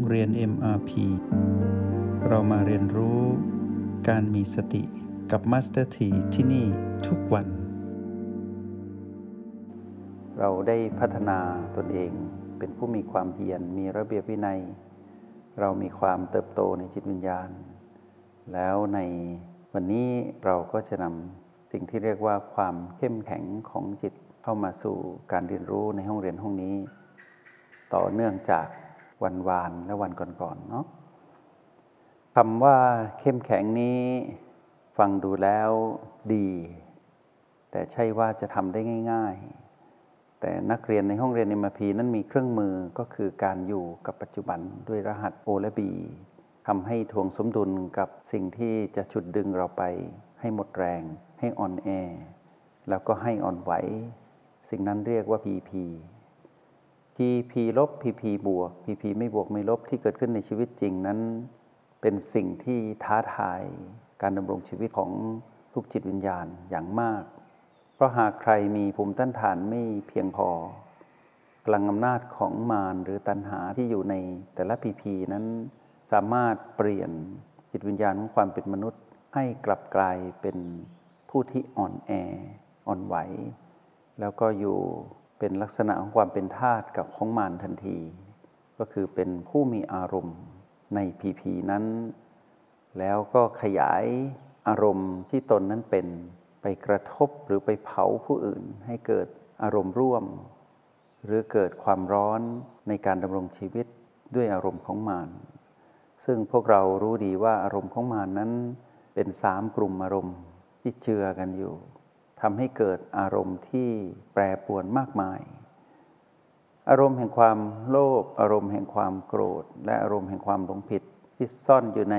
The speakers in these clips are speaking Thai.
เรียน MRP เรามาเรียนรู้การมีสติกับ Master T ที่นี่ทุกวันเราได้พัฒนาตนเองเป็นผู้มีความเพียรมีระเบียบวินัยเรามีความเติบโตในจิตวิญญาณแล้วในวันนี้เราก็จะนำสิ่งที่เรียกว่าความเข้มแข็งของจิตเข้ามาสู่การเรียนรู้ในห้องเรียนห้องนี้ต่อเนื่องจากวันวานและวันก่อนๆเนาะคำว่าเข้มแข็งนี้ฟังดูแล้วดีแต่ใช่ว่าจะทำได้ง่ายๆแต่นักเรียนในห้องเรียน MRP นั้นมีเครื่องมือก็คือการอยู่กับปัจจุบันด้วยรหัส O และ B ทำให้ทวงสมดุลกับสิ่งที่จะฉุดดึงเราไปให้หมดแรงให้อ่อนแอแล้วก็ให้อ่อนไหวสิ่งนั้นเรียกว่า PP PP ลบ PP บวก PP ไม่บวกไม่ลบที่เกิดขึ้นในชีวิตจริงนั้นเป็นสิ่งที่ท้าทายการดำรงชีวิตของทุกจิตวิญญาณอย่างมากเพราะหากใครมีภูมิต้านทานไม่เพียงพอพลังอำนาจของมารหรือตัณหาที่อยู่ในแต่ละ PP นั้นสามารถเปลี่ยนจิตวิญญาณของความเป็นมนุษย์ให้กลับกลายเป็นผู้ที่อ่อนแออ่อนไหวแล้วก็อยู่เป็นลักษณะของความเป็นทาสกับของมารทันทีก็คือเป็นผู้มีอารมณ์ในPPนั้นแล้วก็ขยายอารมณ์ที่ตนนั้นเป็นไปกระทบหรือไปเผาผู้อื่นให้เกิดอารมณ์ร่วมหรือเกิดความร้อนในการดำรงชีวิตด้วยอารมณ์ของมารซึ่งพวกเรารู้ดีว่าอารมณ์ของมารนั้นเป็น3กลุ่มอารมณ์ที่เจือกันอยู่ทำให้เกิดอารมณ์ที่แปรปรวนมากมายอารมณ์แห่งความโลภอารมณ์แห่งความโกรธและอารมณ์แห่งความหลงผิดที่ซ่อนอยู่ใน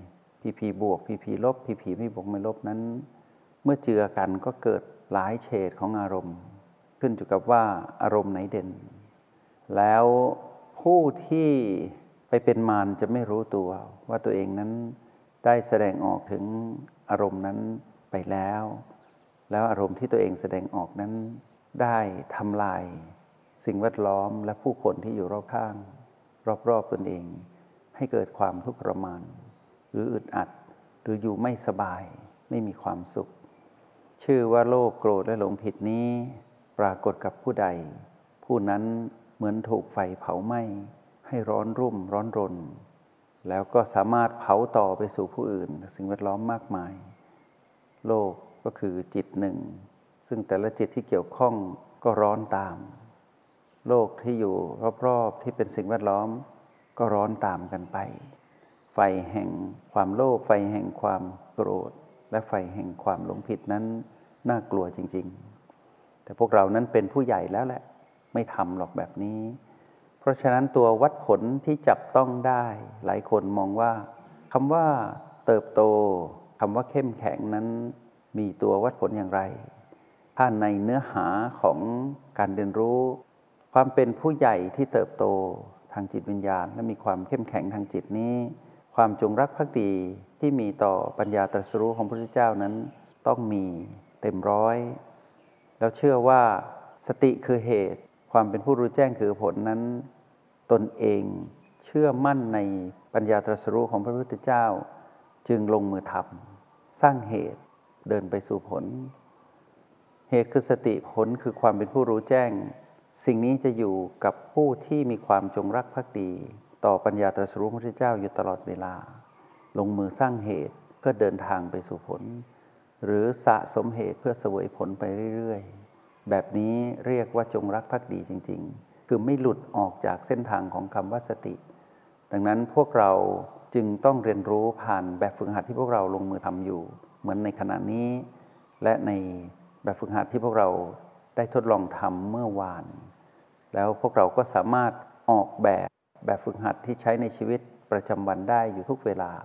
PP บวก PP ลบ PP ไม่บวกไม่ลบนั้นเมื่อเจือกันก็เกิดหลายเฉดของอารมณ์ขึ้นอยู่กับว่าอารมณ์ไหนเด่นแล้วผู้ที่ไปเป็นมารจะไม่รู้ตัวว่าตัวเองนั้นได้แสดงออกถึงอารมณ์นั้นไปแล้วอารมณ์ที่ตัวเองแสดงออกนั้นได้ทำลายสิ่งแวดล้อมและผู้คนที่อยู่รอบข้างรอบๆตนเองให้เกิดความทุกข์ทรมานหรืออึดอัดหรืออยู่ไม่สบายไม่มีความสุขชื่อว่าโลภโกรธและหลงผิดนี้ปรากฏกับผู้ใดผู้นั้นเหมือนถูกไฟเผาไหม้ให้ร้อนรุ่มร้อนรนแล้วก็สามารถเผาต่อไปสู่ผู้อื่นสิ่งแวดล้อมมากมายโลภก็คือจิตหนึ่งซึ่งแต่ละจิตที่เกี่ยวข้องก็ร้อนตามโลกที่อยู่รอบๆที่เป็นสิ่งแวดล้อมก็ร้อนตามกันไปไฟแห่งความโลภไฟแห่งความโกรธและไฟแห่งความหลงผิดนั้นน่ากลัวจริงๆแต่พวกเรานั้นเป็นผู้ใหญ่แล้วแหละไม่ทำหรอกแบบนี้เพราะฉะนั้นตัววัดผลที่จับต้องได้หลายคนมองว่าคำว่าเติบโตคำว่าเข้มแข็งนั้นมีตัววัดผลอย่างไรถ้าในเนื้อหาของการเรียนรู้ความเป็นผู้ใหญ่ที่เติบโตทางจิตวิญญาณและมีความเข้มแข็งทางจิตนี้ความจงรักภักดีที่มีต่อปัญญาตรัสรู้ของพระพุทธเจ้านั้นต้องมีเต็มร้อยแล้วเชื่อว่าสติคือเหตุความเป็นผู้รู้แจ้งคือผลนั้นตนเองเชื่อมั่นในปัญญาตรัสรู้ของพระพุทธเจ้าจึงลงมือทำสร้างเหตุเดินไปสู่ผลเหตุคือสติผลคือความเป็นผู้รู้แจ้งสิ่งนี้จะอยู่กับผู้ที่มีความจงรักภักดีต่อปัญญาตรัสรู้ของพระพุทธเจ้าอยู่ตลอดเวลาลงมือสร้างเหตุเพื่อเดินทางไปสู่ผลหรือสะสมเหตุเพื่อเสวยผลไปเรื่อยๆแบบนี้เรียกว่าจงรักภักดีจริงๆคือไม่หลุดออกจากเส้นทางของคำว่าสติดังนั้นพวกเราจึงต้องเรียนรู้ผ่านแบบฝึกหัดที่พวกเราลงมือทำอยู่เหมือนในขณะนี้และในแบบฝึกหัดที่พวกเราได้ทดลองทำเมื่อวานแล้วพวกเราก็สามารถออกแบบฝึกหัดที่ใช้ในชีวิตประจำวันได้อยู่ทุกเวลา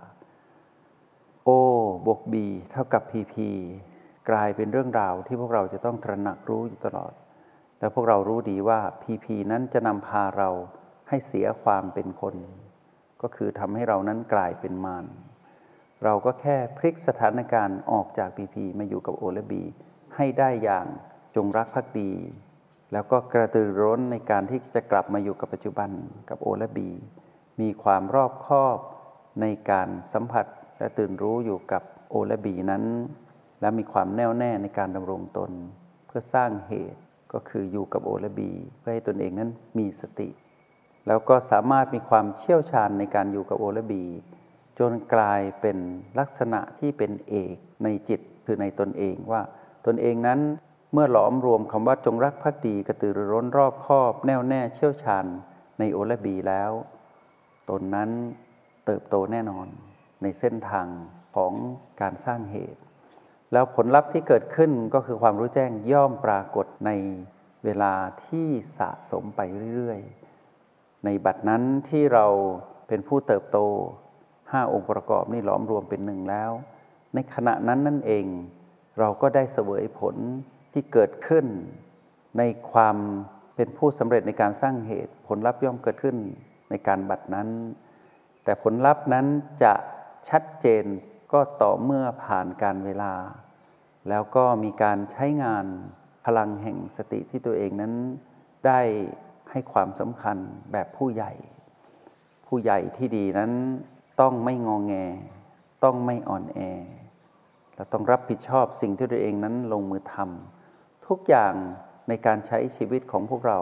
O บวก B เท่ากับ PP กลายเป็นเรื่องราวที่พวกเราจะต้องตระหนักรู้อยู่ตลอดและพวกเรารู้ดีว่า PP นั้นจะนำพาเราให้เสียความเป็นคนก็คือทำให้เรานั้นกลายเป็นมารเราก็แค่พลิกสถานการณ์ออกจาก PP มาอยู่กับ O และ B ให้ได้อย่างจงรักภักดีแล้วก็กระตือรือร้นในการที่จะกลับมาอยู่กับปัจจุบันกับ O และ B มีความรอบคอบในการสัมผัสและตื่นรู้อยู่กับโอและบีนั้นและมีความแน่วแน่ในการดำรงตนเพื่อสร้างเหตุก็คืออยู่กับโอและบีเพื่อให้ตนเองนั้นมีสติแล้วก็สามารถมีความเชี่ยวชาญในการอยู่กับโอและบีจนกลายเป็นลักษณะที่เป็นเอกในจิตคือในตนเองว่าตนเองนั้นเมื่อหลอมรวมคำว่าจงรักภักดีกระตือรือร้นรอบคอบแน่วแน่เชี่ยวชาญในโอและบีแล้วตนนั้นเติบโตแน่นอนในเส้นทางของการสร้างเหตุแล้วผลลัพธ์ที่เกิดขึ้นก็คือความรู้แจ้งย่อมปรากฏในเวลาที่สะสมไปเรื่อยๆในบัดนั้นที่เราเป็นผู้เติบโต5องค์ประกอบนี่หลอมรวมเป็นหนึ่งแล้วในขณะนั้นนั่นเองเราก็ได้เสวยผลที่เกิดขึ้นในความเป็นผู้สำเร็จในการสร้างเหตุผลลัพธ์ย่อมเกิดขึ้นในการบัดนั้นแต่ผลลัพธ์นั้นจะชัดเจนก็ต่อเมื่อผ่านการเวลาแล้วก็มีการใช้งานพลังแห่งสติที่ตัวเองนั้นได้ให้ความสำคัญแบบผู้ใหญ่ผู้ใหญ่ที่ดีนั้นต้องไม่งอแงต้องไม่อ่อนแอและต้องรับผิดชอบสิ่งที่ตัวเองนั้นลงมือทำทุกอย่างในการใช้ชีวิตของพวกเรา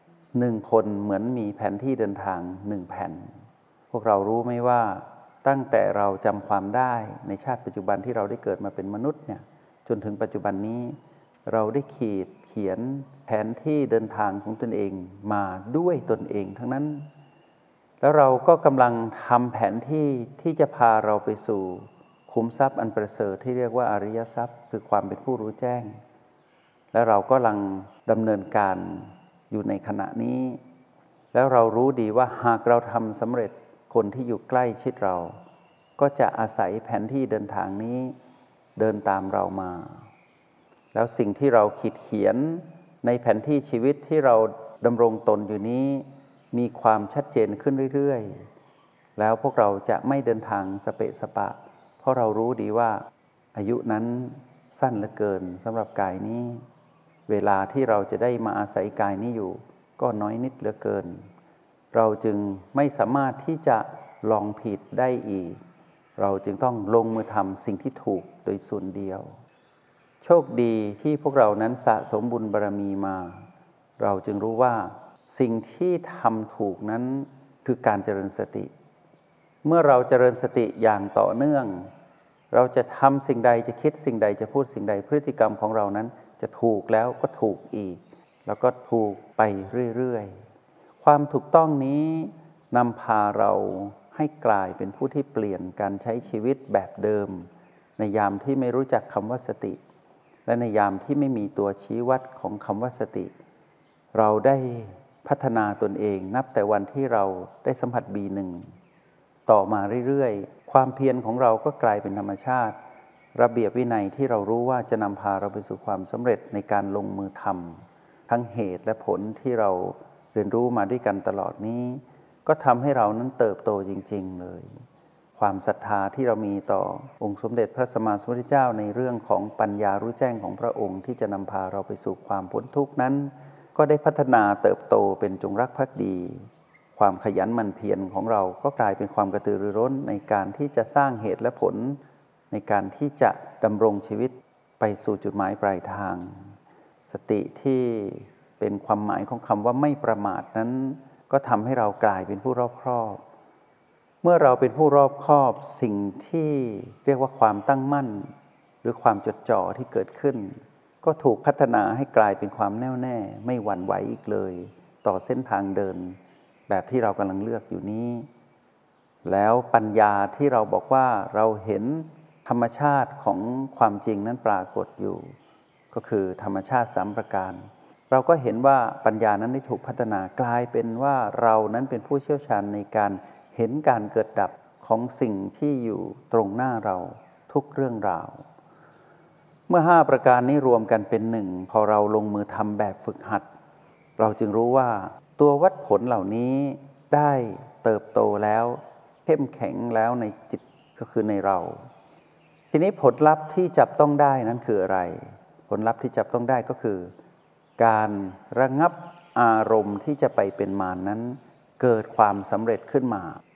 1 คนเหมือนมีแผนที่เดินทาง1 แผ่นพวกเรารู้ไหมว่าตั้งแต่เราจำความได้ในชาติปัจจุบันที่เราได้เกิดมาเป็นมนุษย์เนี่ยจนถึงปัจจุบันนี้เราได้เขียนแผนที่เดินทางของตนเองมาด้วยตนเองทั้งนั้นแล้วเราก็กำลังทำแผนที่ที่จะพาเราไปสู่ขุมทรัพย์อันประเสริฐที่เรียกว่าอริยทรัพย์คือความเป็นผู้รู้แจ้งและเราก็กำลังดำเนินการอยู่ในขณะนี้แล้วเรารู้ดีว่าหากเราทำสำเร็จคนที่อยู่ใกล้ชิดเราก็จะอาศัยแผนที่เดินทางนี้เดินตามเรามาแล้วสิ่งที่เราเขียนในแผนที่ชีวิตที่เราดำรงตนอยู่นี้มีความชัดเจนขึ้นเรื่อยๆแล้วพวกเราจะไม่เดินทางสเปะสปะเพราะเรารู้ดีว่าอายุนั้นสั้นเหลือเกินสำหรับกายนี้เวลาที่เราจะได้มาอาศัยกายนี้อยู่ก็น้อยนิดเหลือเกินเราจึงไม่สามารถที่จะลองผิดได้อีกเราจึงต้องลงมือทำสิ่งที่ถูกโดยส่วนเดียวโชคดีที่พวกเรานั้นสะสมบุญบารมีมาเราจึงรู้ว่าสิ่งที่ทำถูกนั้นคือการเจริญสติเมื่อเราเจริญสติอย่างต่อเนื่องเราจะทำสิ่งใดจะคิดสิ่งใดจะพูดสิ่งใดพฤติกรรมของเรานั้นจะถูกแล้วก็ถูกอีกแล้วก็ถูกไปเรื่อยๆความถูกต้องนี้นำพาเราให้กลายเป็นผู้ที่เปลี่ยนการใช้ชีวิตแบบเดิมในยามที่ไม่รู้จักคำว่าสติและในยามที่ไม่มีตัวชี้วัดของคำว่าสติเราได้พัฒนาตนเองนับแต่วันที่เราได้สัมผัส B1 ต่อมาเรื่อยๆความเพียรของเราก็กลายเป็นธรรมชาติระเบียบวินัยที่เรารู้ว่าจะนำพาเราไปสู่ความสำเร็จในการลงมือทำทั้งเหตุและผลที่เราเรียนรู้มาด้วยกันตลอดนี้ก็ทำให้เรานั้นเติบโตจริงๆเลยความศรัทธาที่เรามีต่อองค์สมเด็จพระสัมมาสัมพุทธเจ้าในเรื่องของปัญญารู้แจ้งของพระองค์ที่จะนำพาเราไปสู่ความพ้นทุกข์นั้นก็ได้พัฒนาเติบโตเป็นจงรักภักดีความขยันหมั่นเพียรของเราก็กลายเป็นความกระตือรือร้นในการที่จะสร้างเหตุและผลในการที่จะดำรงชีวิตไปสู่จุดหมายปลายทางสติที่เป็นความหมายของคำว่าไม่ประมาทนั้นก็ทำให้เรากลายเป็นผู้รอบคอบเมื่อเราเป็นผู้รอบคอบสิ่งที่เรียกว่าความตั้งมั่นหรือความจดจ่อที่เกิดขึ้นก็ถูกพัฒนาให้กลายเป็นความแน่วแน่ไม่หวั่นไหวอีกเลยต่อเส้นทางเดินแบบที่เรากำลังเลือกอยู่นี้แล้วปัญญาที่เราบอกว่าเราเห็นธรรมชาติของความจริงนั้นปรากฏอยู่ก็คือธรรมชาติ3 ประการเราก็เห็นว่าปัญญานั้นได้ถูกพัฒนากลายเป็นว่าเรานั้นเป็นผู้เชี่ยวชาญในการเห็นการเกิดดับของสิ่งที่อยู่ตรงหน้าเราทุกเรื่องราวเมื่อ5 ประการนี้รวมกันเป็นหนึ่งพอเราลงมือทำแบบฝึกหัดเราจึงรู้ว่าตัววัดผลเหล่านี้ได้เติบโตแล้วเข้มแข็งแล้วในจิตก็คือในเราทีนี้ผลลัพธ์ที่จับต้องได้นั้นคืออะไรผลลัพธ์ที่จับต้องได้ก็คือการระงับอารมณ์ที่จะไปเป็นมารนั้นเกิดความสำเร็จขึ้นมา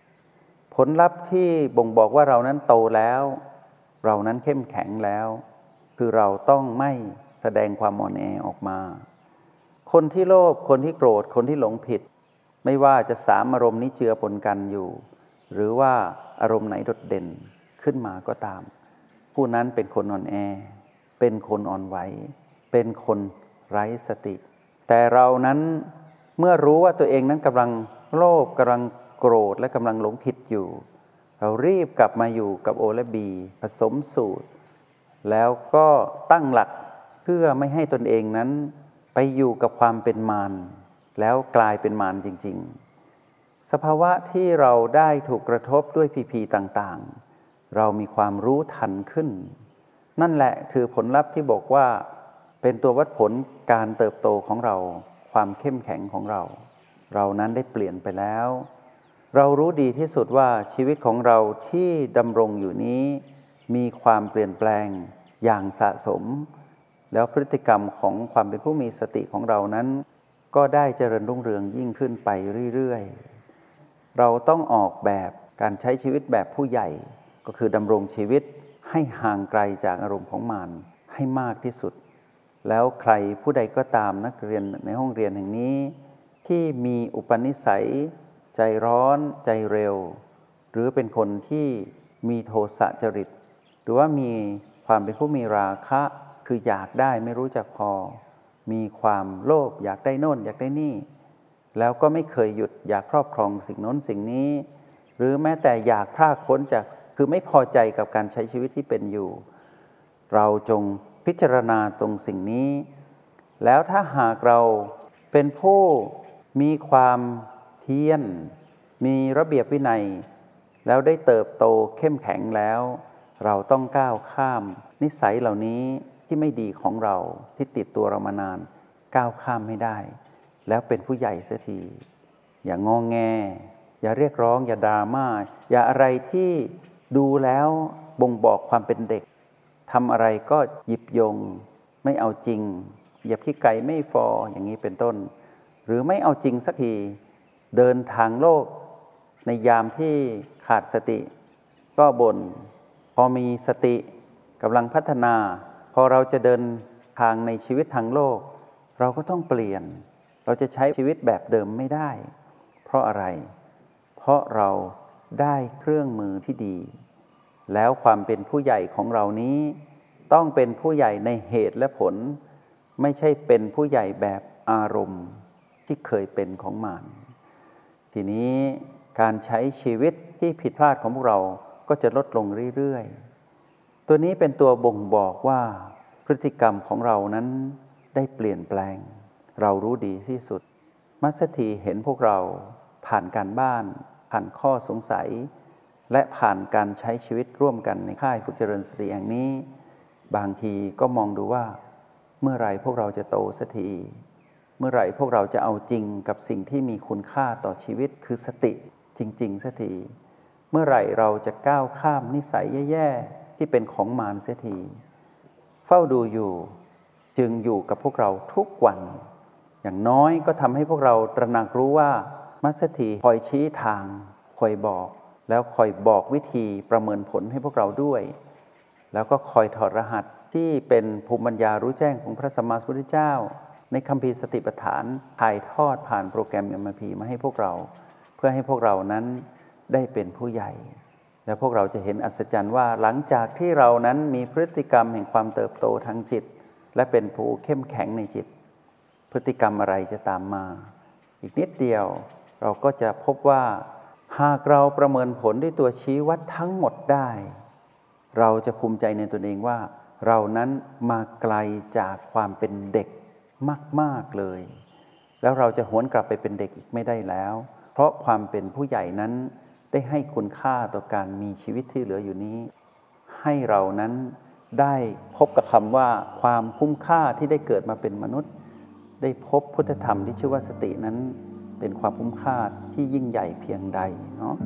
ลลัพธ์ที่บ่งบอกว่าเรานั้นโตแล้วเรานั้นเข้มแข็งแล้วคือเราต้องไม่แสดงความอ่อนแอออกมาคนที่โลภคนที่โกรธคนที่หลงผิดไม่ว่าจะสามอารมณ์นี้เจือปนกันอยู่หรือว่าอารมณ์ไหนโดดเด่นขึ้นมาก็ตามผู้นั้นเป็นคนอ่อนแอเป็นคนอ่อนไหวเป็นคนไร้สติแต่เรานั้นเมื่อรู้ว่าตัวเองนั้นกำลังโลภกำลังโกรธและกำลังหลงผิดอยู่เรารีบกลับมาอยู่กับโอและบีผสมสูตรแล้วก็ตั้งหลักเพื่อไม่ให้ตนเองนั้นไปอยู่กับความเป็นมารแล้วกลายเป็นมารจริงๆสภาวะที่เราได้ถูกกระทบด้วยพีต่างๆเรามีความรู้ทันขึ้นนั่นแหละคือผลลัพธ์ที่บอกว่าเป็นตัววัดผลการเติบโตของเราความเข้มแข็งของเราเรานั้นได้เปลี่ยนไปแล้วเรารู้ดีที่สุดว่าชีวิตของเราที่ดำรงอยู่นี้มีความเปลี่ยนแปลงอย่างสะสมแล้วพฤติกรรมของความเป็นผู้มีสติของเรานั้นก็ได้เจริญรุ่งเรืองยิ่งขึ้นไปเรื่อยๆเราต้องออกแบบการใช้ชีวิตแบบผู้ใหญ่ก็คือดำรงชีวิตให้ห่างไกลจากอารมณ์ของมารให้มากที่สุดแล้วใครผู้ใดก็ตามนักเรียนในห้องเรียนแห่งนี้ที่มีอุปนิสัยใจร้อนใจเร็วหรือเป็นคนที่มีโทสะจริตหรือว่ามีความเป็นผู้มีราคะคืออยากได้ไม่รู้จักพอมีความโลภอยากได้โน่นอยากได้นี่แล้วก็ไม่เคยหยุดอยากครอบครองสิ่งโน้นสิ่งนี้หรือแม้แต่อยากพรากพ้นจากคือไม่พอใจกับการใช้ชีวิตที่เป็นอยู่เราจงพิจารณาตรงสิ่งนี้แล้วถ้าหากเราเป็นผู้มีความเพียรมีระเบียบวินัยแล้วได้เติบโตเข้มแข็งแล้วเราต้องก้าวข้ามนิสัยเหล่านี้ที่ไม่ดีของเราที่ติดตัวเรามานานก้าวข้ามให้ได้แล้วเป็นผู้ใหญ่เสียทีอย่างงอแงอย่าเรียกร้องอย่าดราม่าอย่าอะไรที่ดูแล้วบ่งบอกความเป็นเด็กทำอะไรก็หยิบยงไม่เอาจริงเหยียบขี้ไก่ไม่ฟออย่างนี้เป็นต้นหรือไม่เอาจริงสักทีเดินทางโลกในยามที่ขาดสติก็บ่นพอมีสติกำลังพัฒนาพอเราจะเดินทางในชีวิตทางโลกเราก็ต้องเปลี่ยนเราจะใช้ชีวิตแบบเดิมไม่ได้เพราะอะไรเพราะเราได้เครื่องมือที่ดีแล้วความเป็นผู้ใหญ่ของเรานี้ต้องเป็นผู้ใหญ่ในเหตุและผลไม่ใช่เป็นผู้ใหญ่แบบอารมณ์ที่เคยเป็นของมารทีนี้การใช้ชีวิตที่ผิดพลาดของพวกเราก็จะลดลงเรื่อยๆตัวนี้เป็นตัวบ่งบอกว่าพฤติกรรมของเรานั้นได้เปลี่ยนแปลงเรารู้ดีที่สุดมัสถีเห็นพวกเราผ่านการบ้านผ่านข้อสงสัยและผ่านการใช้ชีวิตร่วมกันในค่ายฝึกเจริญสติแห่งนี้บางทีก็มองดูว่าเมื่อไหร่พวกเราจะโตสักทีเมื่อไหร่พวกเราจะเอาจริงกับสิ่งที่มีคุณค่าต่อชีวิตคือสติจริงๆสักทีเมื่อไหร่เราจะก้าวข้ามนิสัยแย่ๆที่เป็นของมารเสียทีเฝ้าดูอยู่จึงอยู่กับพวกเราทุกวันอย่างน้อยก็ทำให้พวกเราตระหนักรู้ว่ามัสถีคอยชี้ทางคอยบอกแล้วคอยบอกวิธีประเมินผลให้พวกเราด้วยแล้วก็คอยถอดรหัสที่เป็นภูมิปัญญารู้แจ้งของพระสัมมาสัมพุทธเจ้าในคัมภีร์สติปัฏฐานถ่ายทอดผ่านโปรแกรม MRP มาให้พวกเราเพื่อให้พวกเรานั้นได้เป็นผู้ใหญ่และพวกเราจะเห็นอัศจรรย์ว่าหลังจากที่เรานั้นมีพฤติกรรมแห่งความเติบโตทางจิตและเป็นผู้เข้มแข็งในจิตพฤติกรรมอะไรจะตามมาอีกนิดเดียวเราก็จะพบว่าหากเราประเมินผลด้วยตัวชี้วัดทั้งหมดได้เราจะภูมิใจในตนเองว่าเรานั้นมาไกลจากความเป็นเด็กมากๆเลยแล้วเราจะหวนกลับไปเป็นเด็กอีกไม่ได้แล้วเพราะความเป็นผู้ใหญ่นั้นได้ให้คุณค่าต่อการมีชีวิตที่เหลืออยู่นี้ให้เรานั้นได้พบกับคำว่าความคุ้มค่าที่ได้เกิดมาเป็นมนุษย์ได้พบพุทธธรรมที่ชื่อว่าสตินั้นเป็นความคุ้มค่าที่ยิ่งใหญ่เพียงใดเนาะ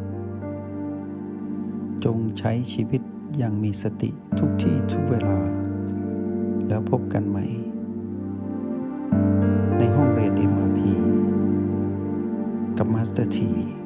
จงใช้ชีวิตอย่างมีสติทุกที่ทุกเวลาแล้วพบกันใหม่ในห้องเรียน MRP กับมาสเตอร์ที